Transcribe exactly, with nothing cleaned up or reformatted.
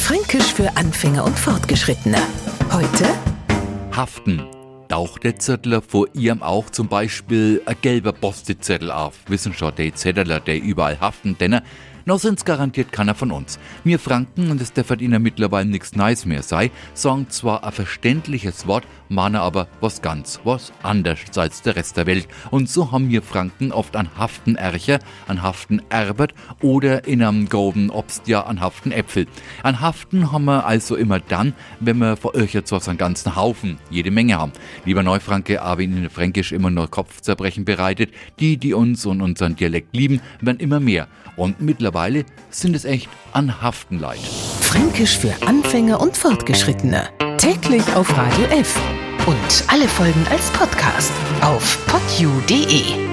Fränkisch für Anfänger und Fortgeschrittene. Heute Haften. Taucht der Zettel vor ihrem auch zum Beispiel ein gelber Post-it-Zettel auf. Wissen schon, die Zetteler, die überall haften, denn noch sind's garantiert keiner von uns. Wir Franken, und es dürfte ihnen mittlerweile nichts Neues mehr sei, sagen zwar ein verständliches Wort, meinen aber was ganz, was anders als der Rest der Welt. Und so haben wir Franken oft an Haften Ercher, an Haften Erbert oder in einem groben Obstjahr an Haften Äpfel. An Haften haben wir also immer dann, wenn wir vor euch jetzt was einen ganzen Haufen, jede Menge haben. Lieber Neufranke, aber in Ihnen Fränkisch immer nur Kopfzerbrechen bereitet, die, die uns und unseren Dialekt lieben, werden immer mehr. Und mittlerweile sind es echt an Haften leid. Fränkisch für Anfänger und Fortgeschrittene. Täglich auf Radio F. Und alle Folgen als Podcast auf podu punkt de.